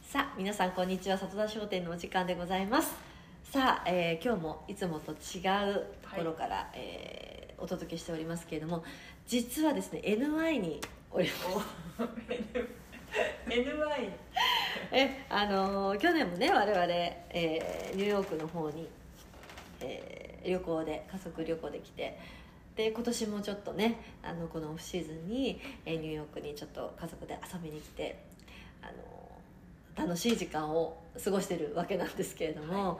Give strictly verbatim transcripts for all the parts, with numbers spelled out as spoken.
さあ皆さんこんにちは、里田商店のお時間でございます。さあ、えー、今日もいつもと違うところから、はい、えー、お届けしておりますけれども、実はですね エヌワイ におります。 エヌワイえあのー、去年もね我々、えー、ニューヨークの方に、えー、旅行で家族旅行で来て、で今年もちょっとねあのこのオフシーズンに、えー、ニューヨークにちょっと家族で遊びに来て、あのー楽しい時間を過ごしてるわけなんですけれども、はい、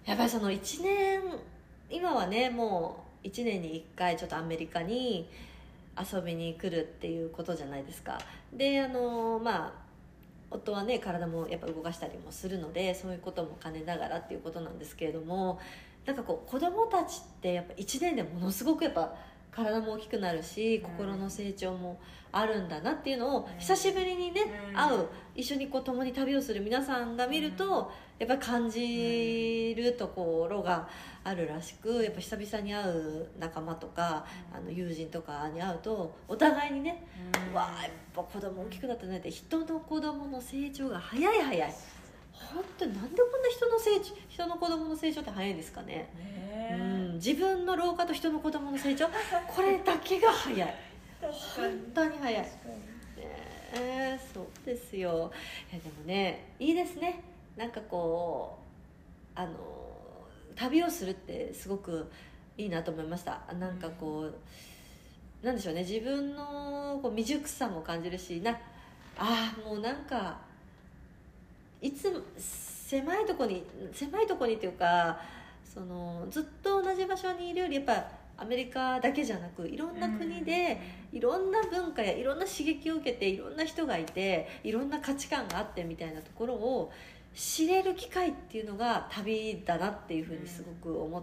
やっぱりそのいちねん、今はねもういちねんにいっかいちょっとアメリカに遊びに来るっていうことじゃないですか。であのまあ夫はね体もやっぱ動かしたりもするので、そういうことも兼ねながらっていうことなんですけれども、なんかこう子供たちってやっぱいちねんでものすごくやっぱ体も大きくなるし、心の成長もあるんだなっていうのを久しぶりにね、会う一緒にこう共に旅をする皆さんが見るとやっぱり感じるところがあるらしく、やっぱ久々に会う仲間とかあの友人とかに会うとお互いにね、わあやっぱ子供大きくなったねって、人の子供の成長が早い早い。本当になんでこんな人の成長、人の子供の成長って早いんですかね。ね、うん、自分の老化と人の子供の成長これだけが早い。本当に早い。ねえ、そうですよ。いやでもねいいですね。なんかこうあの旅をするってすごくいいなと思いました。なんかこうなんでしょうね、自分のこう未熟さも感じるし、なあもうなんかいつも狭いとこに狭いとこにっていうか、そのずっと同じ場所にいるよりやっぱアメリカだけじゃなくいろんな国でいろんな文化やいろんな刺激を受けていろんな人がいていろんな価値観があってみたいなところを知れる機会っていうのが旅だなっていうふうにすごく思って、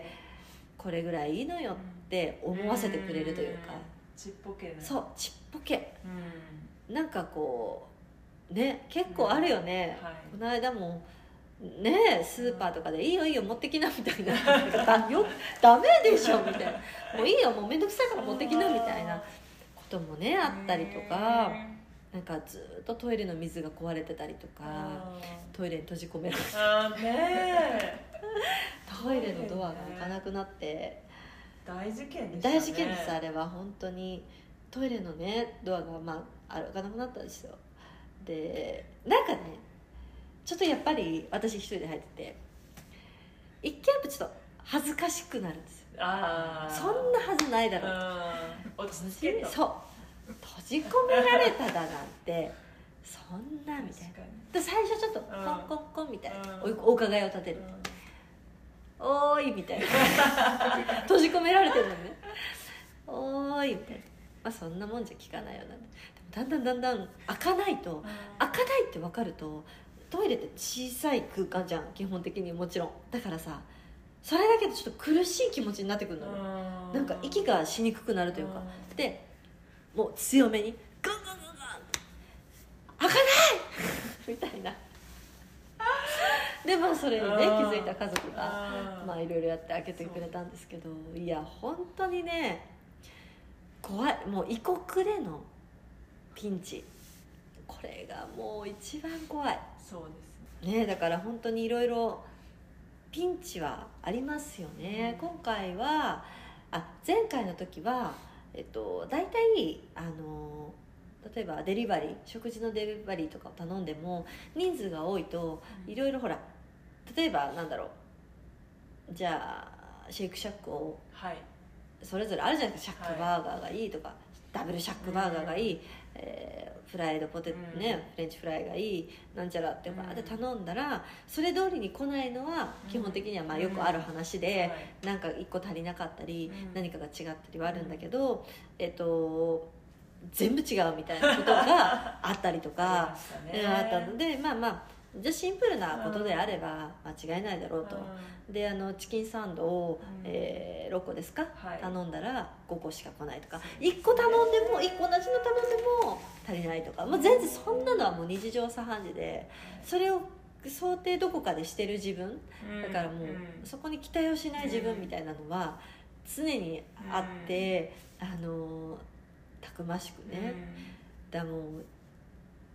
これぐらいいいのよって思わせてくれるというか、 ちっぽけね。 そうちっぽけ、なんかこうね、結構あるよね、うんはい、この間もねスーパーとかで、うん、いいよいいよ持ってきなみたいなだよダメでしょみたいな、もういいよもうめんどくさいから持ってきなみたいなこともねあったりとか、なんかずっとトイレの水が壊れてたりとか、トイレに閉じ込められてあねトイレのドアが開かなくなって大事件でしたね。 大事件です。あれは本当にトイレのねドアが、まあ、開かなくなったんですよ。でなんかねちょっとやっぱり私一人で入ってて一見やっぱちょっと恥ずかしくなるんですよ。あそんなはずないだろうと、閉じそう閉じ込められただなんてそんなみたいな。で最初ちょっとコンコンコンみたいなお伺いを立てる、おーいみたいな閉じ込められてるのね、おーいみたいな、まあ、そんなもんじゃ聞かないよな。だんだんだんだん開かないと、開かないって分かると、トイレって小さい空間じゃん基本的に、もちろんだからさ、それだけでちょっと苦しい気持ちになってくるのよ。なんか息がしにくくなるというか、でもう強めにガンガンガンガン開かないみたいなでまあそれにね気づいた家族がまあいろいろやって開けてくれたんですけど、いや本当にね怖い。もう異国でのピンチ、これがもう一番怖い。 そうですね。だから本当にいろいろピンチはありますよね、うん、今回はあ前回の時は、えっと、大体あの例えばデリバリー食事のデリバリーとかを頼んでも人数が多いといろいろほら、例えばなんだろう、じゃあシェイクシャックをそれぞれあるじゃないですか、シャックバーガーがいいとか、はい、ダブルシャックバーガーがいい、うんえーフライドポテトね、うん、フレンチフライがいいなんちゃらってバーって頼んだら、それ通りに来ないのは基本的にはまあよくある話で、うん、なんかいっこ足りなかったり、うん、何かが違ったりはあるんだけど、えっと全部違うみたいなことがあったりとかあったので、まあまあじゃあシンプルなことであれば間違いないだろうと、うん、であのチキンサンドを、うんえー、ろっこですか、はい、頼んだらごこしか来ないとか、いっこ頼んでもいっこ同じの頼んでも足りないとか、まあ、全然そんなのはもう日常茶飯事で、それを想定どこかでしてる自分だからもうそこに期待をしない自分みたいなのは常にあって、あのたくましくね、だもう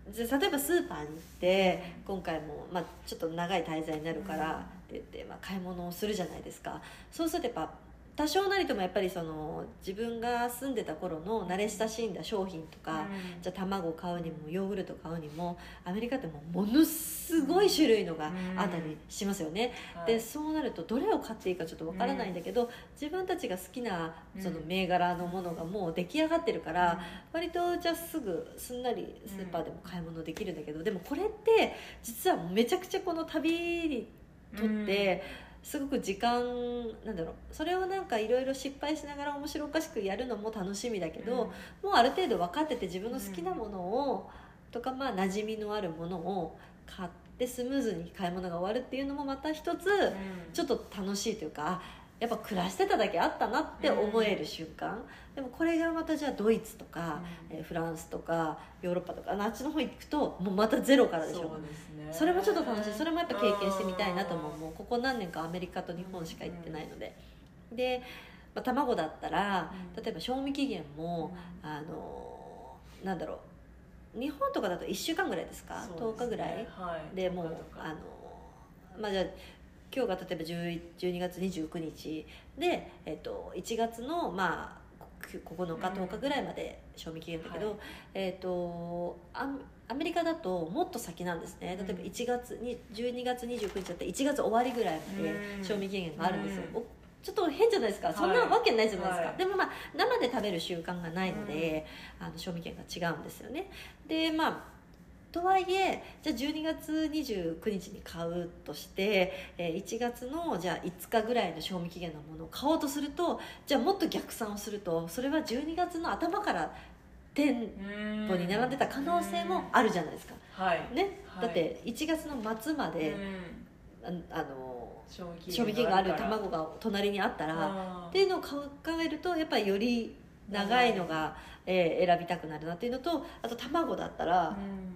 じゃあ例えばスーパーに行って今回も、まあ、ちょっと長い滞在になるからって言って、まあ、買い物をするじゃないですか。そうするとやっぱ多少なりともやっぱりその自分が住んでた頃の慣れ親しんだ商品とか、うん、じゃあ卵を買うにもヨーグルト買うにもアメリカってもうものすごい種類のがあったりしますよね、うん、でそうなるとどれを買っていいかちょっとわからないんだけど、うん、自分たちが好きなその銘柄のものがもう出来上がってるから、うん、割とじゃあすぐすんなりスーパーでも買い物できるんだけど、でもこれって実はめちゃくちゃこの旅にとって、うんすごく時間なんだろう、それをなんかいろいろ失敗しながら面白おかしくやるのも楽しみだけど、うん、もうある程度分かってて自分の好きなものを、うん、とかまあ馴染みのあるものを買ってスムーズに買い物が終わるっていうのもまた一つちょっと楽しいというか、やっぱ暮らしてただけあったなって思える瞬間、うん、でもこれがまたじゃあドイツとか、うん、えフランスとかヨーロッパとかあっちの方行くともうまたゼロからでしょ。 そうですね、 それもちょっと楽しい。それもやっぱ経験してみたいなと思う。もうここ何年かアメリカと日本しか行ってないので、で、まあ、卵だったら例えば賞味期限も、うん、あのなんだろう、日本とかだといっしゅうかんぐらいですか、ですね、とおかぐらい、はい、でもうあのまあじゃあ今日が例えばじゅうにがつにじゅうくにちで、えっと、いちがつのまあここのかとおかぐらいまで賞味期限だけど、うんはいえっとアアメリカだともっと先なんですね。例えばいちがつにじゅうにがつにじゅうくにちだったらいちがつ終わりぐらいまで賞味期限があるんですよ、うん、ちょっと変じゃないですか、そんなわけないじゃないですか、はい、でもまあ生で食べる習慣がないので、うん、あの賞味期限が違うんですよね。でまあとはいえじゃあじゅうにがつにじゅうくにちに買うとして、えー、いちがつのじゃあいつかぐらいの賞味期限のものを買おうとすると、じゃあもっと逆算をするとそれはじゅうにがつの頭から店舗に並んでた可能性もあるじゃないですか、 はいねはい、だっていちがつの末までああの賞味期限がある卵が隣にあったらっていうのを考えるとやっぱりより長いのが、えー、選びたくなるなっていうのと、あと卵だったら、うん、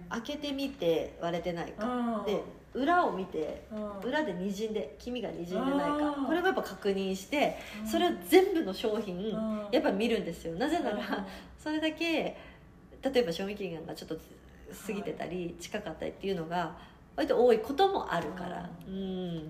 開けてみて割れてないかで裏を見て裏でにじんで黄身がにじんでないか、これもやっぱ確認してそれを全部の商品やっぱ見るんですよ。なぜならそれだけ例えば賞味期限がちょっと過ぎてたり近かったりっていうのが割と多いこともあるから、うん、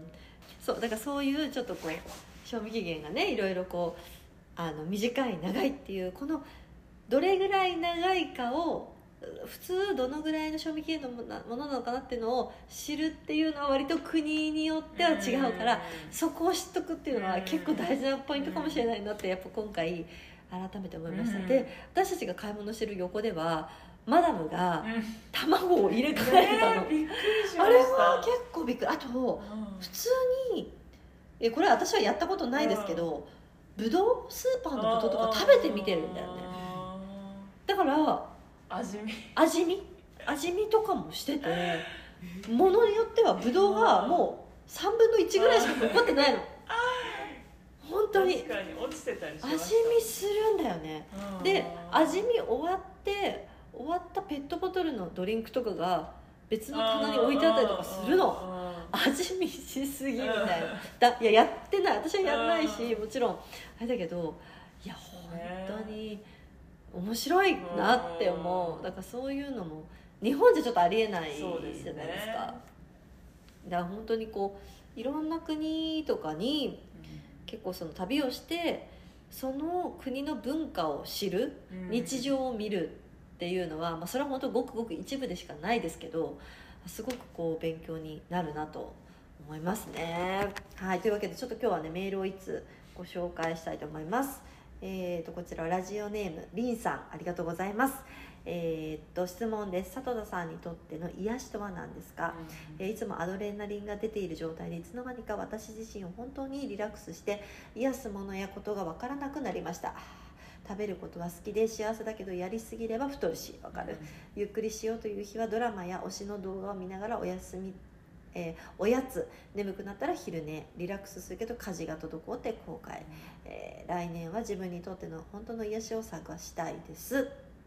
そうだからそういうちょっとこう賞味期限がねいろいろこうあの短い長いっていうこのどれぐらい長いかを普通どのぐらいの賞味期限のものなのかなっていうのを知るっていうのは割と国によっては違うからそこを知っとくっていうのは結構大事なポイントかもしれないなってやっぱ今回改めて思いました。で私たちが買い物してる横ではマダムが卵を入れ替えてたの、 うんね、びっくりしました。 あれは結構びっくり。あと普通にえこれ私はやったことないですけどぶどうスーパーのぶどうとか食べてみてるんだよね。だから味見味見味見とかもしててものによってはぶどうがもうさんぶんのいちぐらいしか残ってないの本当に。 確かに落ちてたりしました。 味見するんだよね。で味見終わって終わったペットボトルのドリンクとかが別の棚に置いてあったりとかするの。味見しすぎみたいなだいややってない、私はやらないしもちろんあれだけど、いや本当に面白いなって思う。だからそういうのも日本じゃちょっとありえないじゃないですか。だから本当にこういろんな国とかに結構その旅をしてその国の文化を知る、日常を見るっていうのは、まあ、それは本当ごくごく一部でしかないですけどすごくこう勉強になるなと思いますね。はい、というわけでちょっと今日はねメールをいつご紹介したいと思います。えー、とこちらラジオネームりんさんありがとうございます。えー、と質問です。里田さんにとっての癒しとは何ですか、うんえー、いつもアドレナリンが出ている状態でいつの間にか私自身を本当にリラックスして癒すものやことが分からなくなりました。食べることは好きで幸せだけどやりすぎれば太るしわかる、うん、ゆっくりしようという日はドラマや推しの動画を見ながらお休み、えー、おやつ眠くなったら昼寝リラックスするけど家事が滞って後悔、うんえー、来年は自分にとっての本当の癒しを探したいです。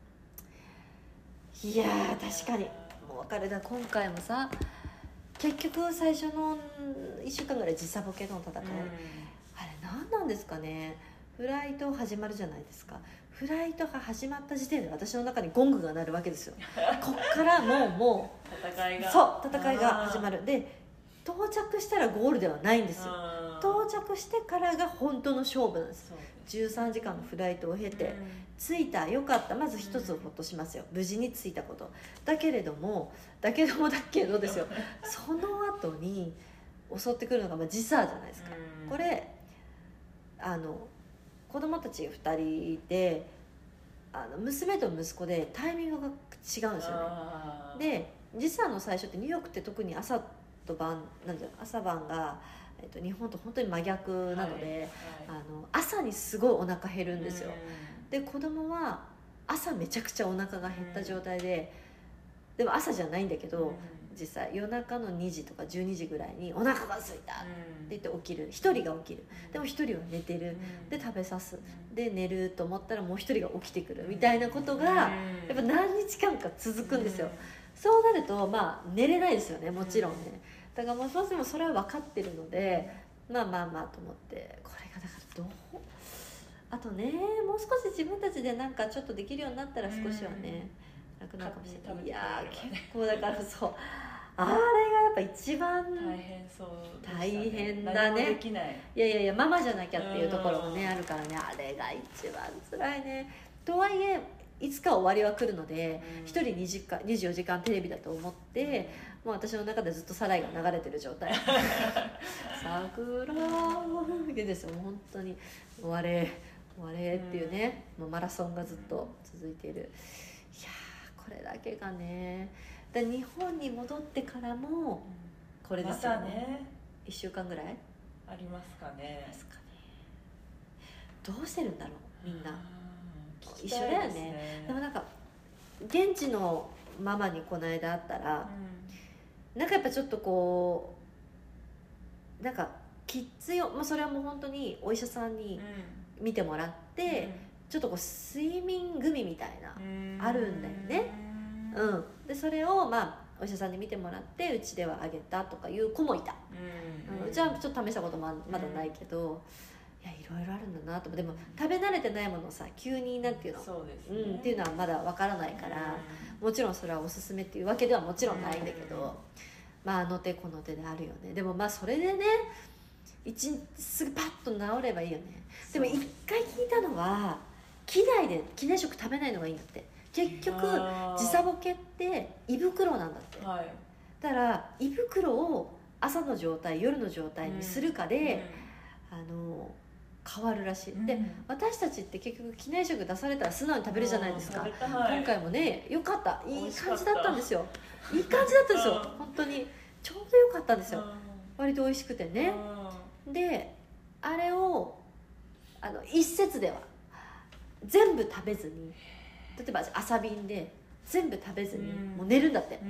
いやー確かにもう分かる。だ今回もさ結局最初のいっしゅうかんぐらい時差ボケの戦い、うん、あれ何なんですかね。 フライト始まるじゃないですか。フライトが始まった時点で私の中にゴングが鳴るわけですよ。こっからもうもう戦いがそう戦いが始まる。で到着したらゴールではないんですよ。到着してからが本当の勝負なんです。じゅうさんじかんのフライトを経て、うん、着いたよかった、まず一つほっとしますよ、無事に着いたこと。だけれどもだけどもだけどですよその後に襲ってくるのがまあ時差じゃないですか、うん、これあの子供たちふたりであの娘と息子でタイミングが違うんですよね。で時差の最初ってニューヨークって特に朝と晩なんじゃ朝晩が、えっと、日本と本当に真逆なので、はいはい、あの朝にすごいお腹減るんですよ。で子供は朝めちゃくちゃお腹が減った状態で、でも朝じゃないんだけど、実際夜中のにじとかじゅうにじぐらいにお腹が空いたって言って起きる、ひとりが起きる、でもひとりは寝てる、で食べさす、で寝ると思ったらもうひとりが起きてくるみたいなことがやっぱ何日間か続くんですよ。そうなるとまあ寝れないですよね、もちろんね。だからもうそうしてもそれは分かってるので、まあまあまあと思って、これがだからどうあとね、もう少し自分たちでなんかちょっとできるようになったら少しはね、楽なるかもしれない。いやー結構だからそうあれがやっぱ一番大変そうでしたね。 大変だね。 できない。 いやいやいやママじゃなきゃっていうところもねあるからね、あれが一番辛いね。とはいえいつか終わりは来るので、一、うん、人にじかんにじゅうよじかんテレビだと思って、もう私の中でずっとサライが流れてる状態桜でですよ、本当に終われ終われっていうね、もうマラソンがずっと続いている。いやーこれだけがね、だ日本に戻ってからもこれですよ、 またね、 いっしゅうかんぐらいありますかね。 ですかね。どうしてるんだろうみんな。一緒だよね。 ね。 でもなんか現地のママにこの間会ったら、うん、なんかやっぱちょっとこうなんかキッズ用、まあ、それはもう本当にお医者さんに見てもらって、うん、ちょっとこう睡眠組みたいなあるんだよね。うん、でそれをまあお医者さんに見てもらってうちではあげたとかいう子もいた。うん、うちはちょっと試したこともまだないけど、いやいろいろあるんだなと。でも食べ慣れてないものをさ急になんていうの、 そうですね、 うん、っていうのはまだわからないから、もちろんそれはおすすめっていうわけではもちろんないんだけど、まああの手この手であるよね。でもまあそれでね一日すぐパッと治ればいいよね。でも一回聞いたのは機内で機内食食べないのがいいんだって。結局時差ボケって胃袋なんだって、はい、だから胃袋を朝の状態夜の状態にするかで、うん、あの変わるらしい、うん、で私たちって結局機内食出されたら素直に食べるじゃないですか、はい、今回もねよかった、いい感じだったんですよ、いい感じだったんですよ本当にちょうどよかったんですよ、割と美味しくてね。であれをあの一説では全部食べずに、例えば朝便で全部食べずにもう寝るんだって、うん、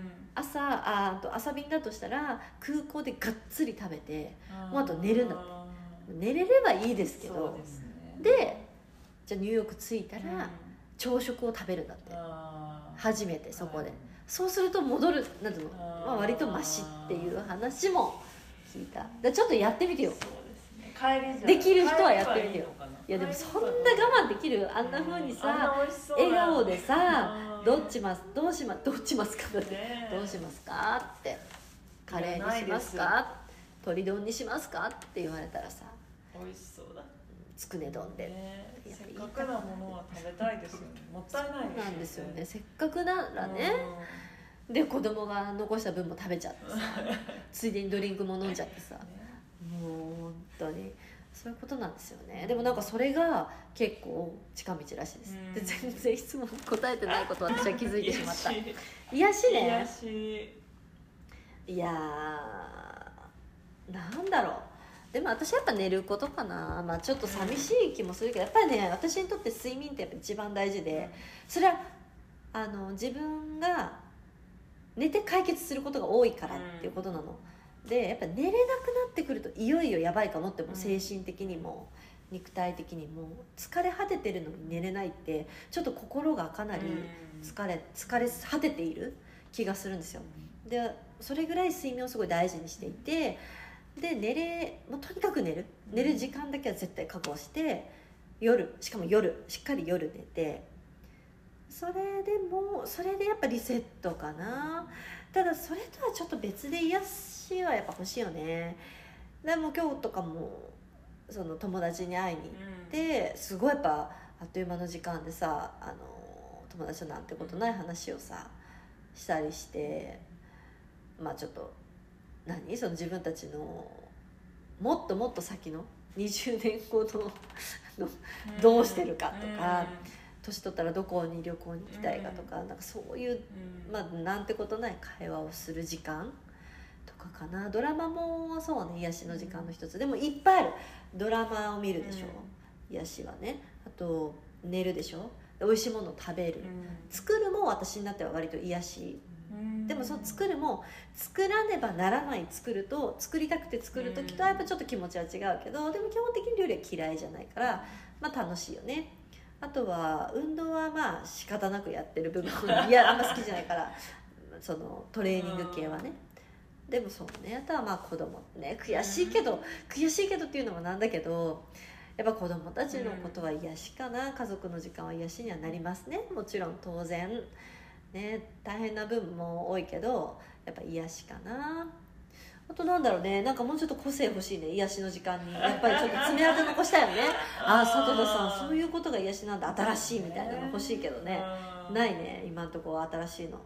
朝あと朝便だとしたら空港でがっつり食べてもうあと寝るんだって。寝れればいいですけど、ですね、でじゃあニューヨーク着いたら朝食を食べるんだって、初めてそこで、はい、そうすると戻るなんていうの、まあ、割とマシっていう話も聞いた。だちょっとやってみてよ。そうですね、帰りできる人はやってみてよ。いやでもそんな我慢できる？あんな風にさ、笑顔でさ、どっちますどうしまどっちますかだって、ね、どうしますかって、カレーにしますか、鶏丼にしますかって言われたらさ、 美味しそうだ、 つくね丼で、 ね、せっかくなものは食べたいですよね。もったいないですよね。 なんですよね、せっかくならね。で子供が残した分も食べちゃってさついでにドリンクも飲んじゃってさ、もう本当にそういうことなんですよね。でもなんかそれが結構近道らしいです。で全然質問答えてないことを私は気づいてしまった。癒しね。 癒し。 いやーなんだろう。でも私やっぱ寝ることかな。まあちょっと寂しい気もするけど、やっぱりね私にとって睡眠ってやっぱ一番大事で、それはあの自分が寝て解決することが多いからっていうことなの。でやっぱ寝れなくなってくるといよいよやばいかもって、も精神的にも肉体的にも疲れ果ててるのに寝れないって、ちょっと心がかなり疲れ疲れ果てている気がするんですよ。でそれぐらい睡眠をすごい大事にしていて、 で寝れもうとにかく寝る寝る時間だけは絶対確保して、夜しかも夜しっかり夜寝て、それでもそれでやっぱリセットかな。ただそれとはちょっと別で癒しはやっぱ欲しいよね。でも今日とかもその友達に会いに行って、すごいやっぱあっという間の時間でさ、あの友達となんてことない話をさしたりして、まあちょっと何その自分たちのもっともっと先のにじゅうねんごののどうしてるかとか、年取ったらどこに旅行に行きたいかとか、なんかそういう、まあなんてことない会話をする時間とかかな。ドラマもそうね、癒しの時間の一つでもいっぱいある。ドラマを見るでしょ、癒しはね。あと寝るでしょ、美味しいものを食べる、作るも私になっては割と癒し。でもその作るも作らねばならない作ると、作りたくて作る時とはやっぱちょっと気持ちは違うけど、でも基本的に料理は嫌いじゃないから、まあ楽しいよね。あとは運動はまあ仕方なくやってる部分いやあんま好きじゃないからそのトレーニング系はね。でもそうね、あとはまあ子供ね、悔しいけど悔しいけどっていうのもなんだけど、やっぱ子供たちのことは癒しかな。家族の時間は癒しにはなりますね、もちろん当然ね。大変な部分も多いけどやっぱ癒しかな。あとなんだろうね、なんかもうちょっと個性欲しいね、癒しの時間に。やっぱりちょっと爪痕残したいよね。ああ佐藤田さんそういうことが癒しなんだ、新しいみたいなの欲しいけどね、ないね今のところ新しいの。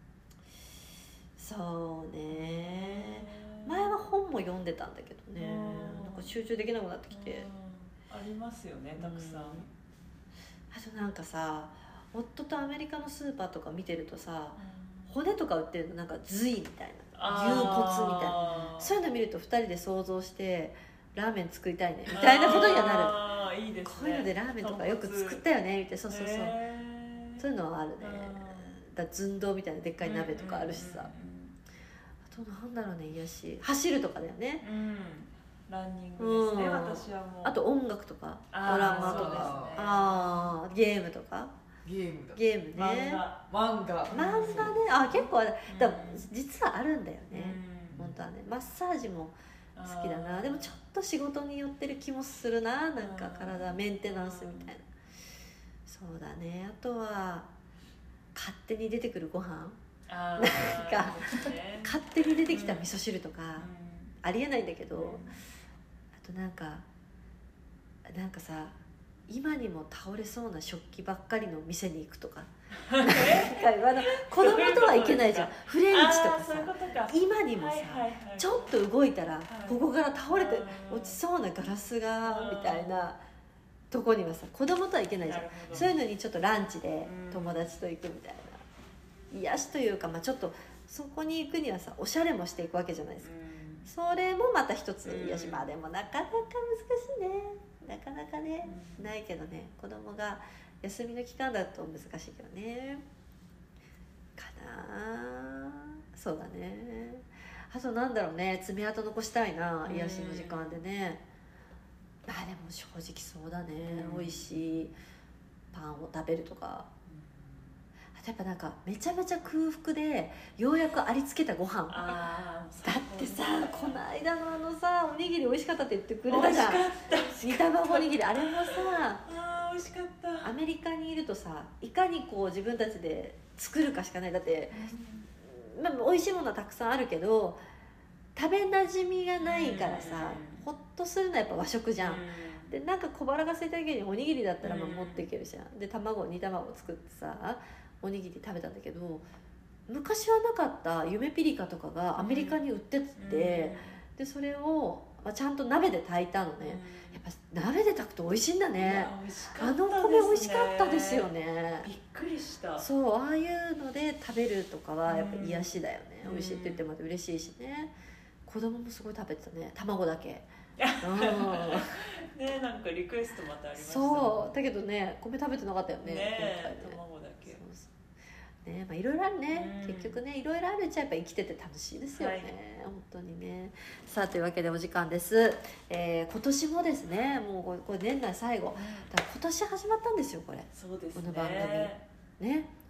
そうね、前は本も読んでたんだけどね、なんか集中できなくなってきて。 ありますよねたくさん。 あとなんかさ、夫とアメリカのスーパーとか見てるとさ、骨とか売ってるの、なんか髄みたいな、牛骨みたいな、そういうの見るとふたりで想像してラーメン作りたいねみたいなことにはなる。 いいですね、 こういうのでラーメンとかよく作ったよねみたいな、そうそうそう、そういうのはあるね。だ寸胴みたいなでっかい鍋とかあるしさ、あとなんだろうね、癒し走るとかだよね、 うん、ランニングですね、 うん、 私はもう。 あと音楽とかドラマとか、あー、ゲームとか、 ゲームだ、 ゲームね、 漫画漫画ね、あ結構ある、でも実はあるんだよね、本当はね。マッサージも好きだな。でもちょっと仕事に寄ってる気もするな、なんか体メンテナンスみたいな。そうだね。あとは勝手に出てくるご飯、 あなんか勝手に出てきた味噌汁とか、 うん、 ありえないんだけど、あとなんかなんかさ、今にも倒れそうな食器ばっかりの店に行くとかなんかあの子供とはいけないじゃん、フレンチとかさ、今にもさ、ちょっと動いたらここから倒れて落ちそうなガラスがみたいなとこにはさ、子供とはいけないじゃん。そういうのにちょっとランチで友達と行くみたいな、癒しというか、まあ、ちょっとそこに行くにはさ、おしゃれもしていくわけじゃないですか。それもまた一つ癒し。まあでもなかなか難しいね、なかなかね、ないけどね、子供が休みの期間だと難しいけどね、かな。そうだね。あとなんだろうね、爪痕残したいな、癒しの時間でね。あでも正直そうだね、美味しいパンを食べるとか、やっぱなんかめちゃめちゃ空腹でようやくありつけたご飯、 あだってさ、この間のあのさ、おにぎり美味しかったって言ってくれたじゃん、煮卵おにぎり、あれもさ、 あ美味しかった。 アメリカにいるとさ、いかにこう自分たちで作るかしかない。だって、まあ、美味しいものはたくさんあるけど食べなじみがないからさ、ほっとするのはやっぱ和食じゃん。でなんか小腹が空いた時におにぎりだったらまあ持っていけるじゃん。で卵煮卵作ってさ、おにぎり食べたんだけど、昔はなかったゆめピリカとかがアメリカに売ってて、でそれを、まあ、ちゃんと鍋で炊いたのね。やっぱ鍋で炊くと美味しいんだね。あの米美味しかったですよね。 びっくりした。 そう、ああいうので食べるとかはやっぱ癒しだよね。美味しいって言ってもらって嬉しいしね。子供もすごい食べてたね、卵だけ。うんね、なんかリクエストまたありました。 そうだけどね、米食べてなかったよね。 ね、卵だけ。 ね、まあいろいろあるね、 うん、 結局ね、いろいろあるうちはやっぱ生きてて楽しいですよね、はい、本当にね。さあというわけでお時間です、えー、今年もですね、もうこれ年内最後、だから今年始まったんですよこれ。 そうですね、 この番組ね、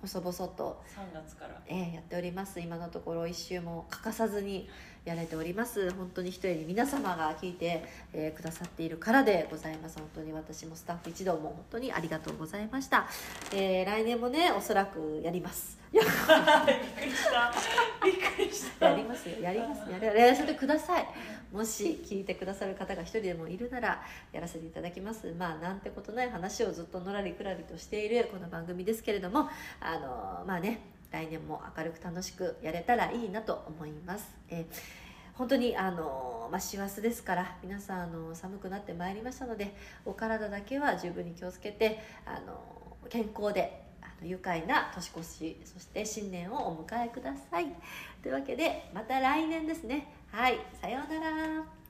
細々と、 さんがつから、 えーやっております。今のところ一週も欠かさずにやれております。本当に一人に皆様が聞いて、えーくださっているからでございます。本当に私もスタッフ一同も本当にありがとうございました。えー来年もねおそらくやります。いやびっくりしたびっくりしたやりますよ、やります、やらやらせてください。もし聞いてくださる方が一人でもいるならやらせていただきます。まあなんてことない話をずっとのらりくらりとしているこの番組ですけれども、あのまあね、来年も明るく楽しくやれたらいいなと思います。えー本当にあの、まあ、師走ですから皆さんあの寒くなってまいりましたので、お体だけは十分に気をつけてあの健康であの愉快な年越し、そして新年をお迎えください。というわけでまた来年ですね。はい、さようなら。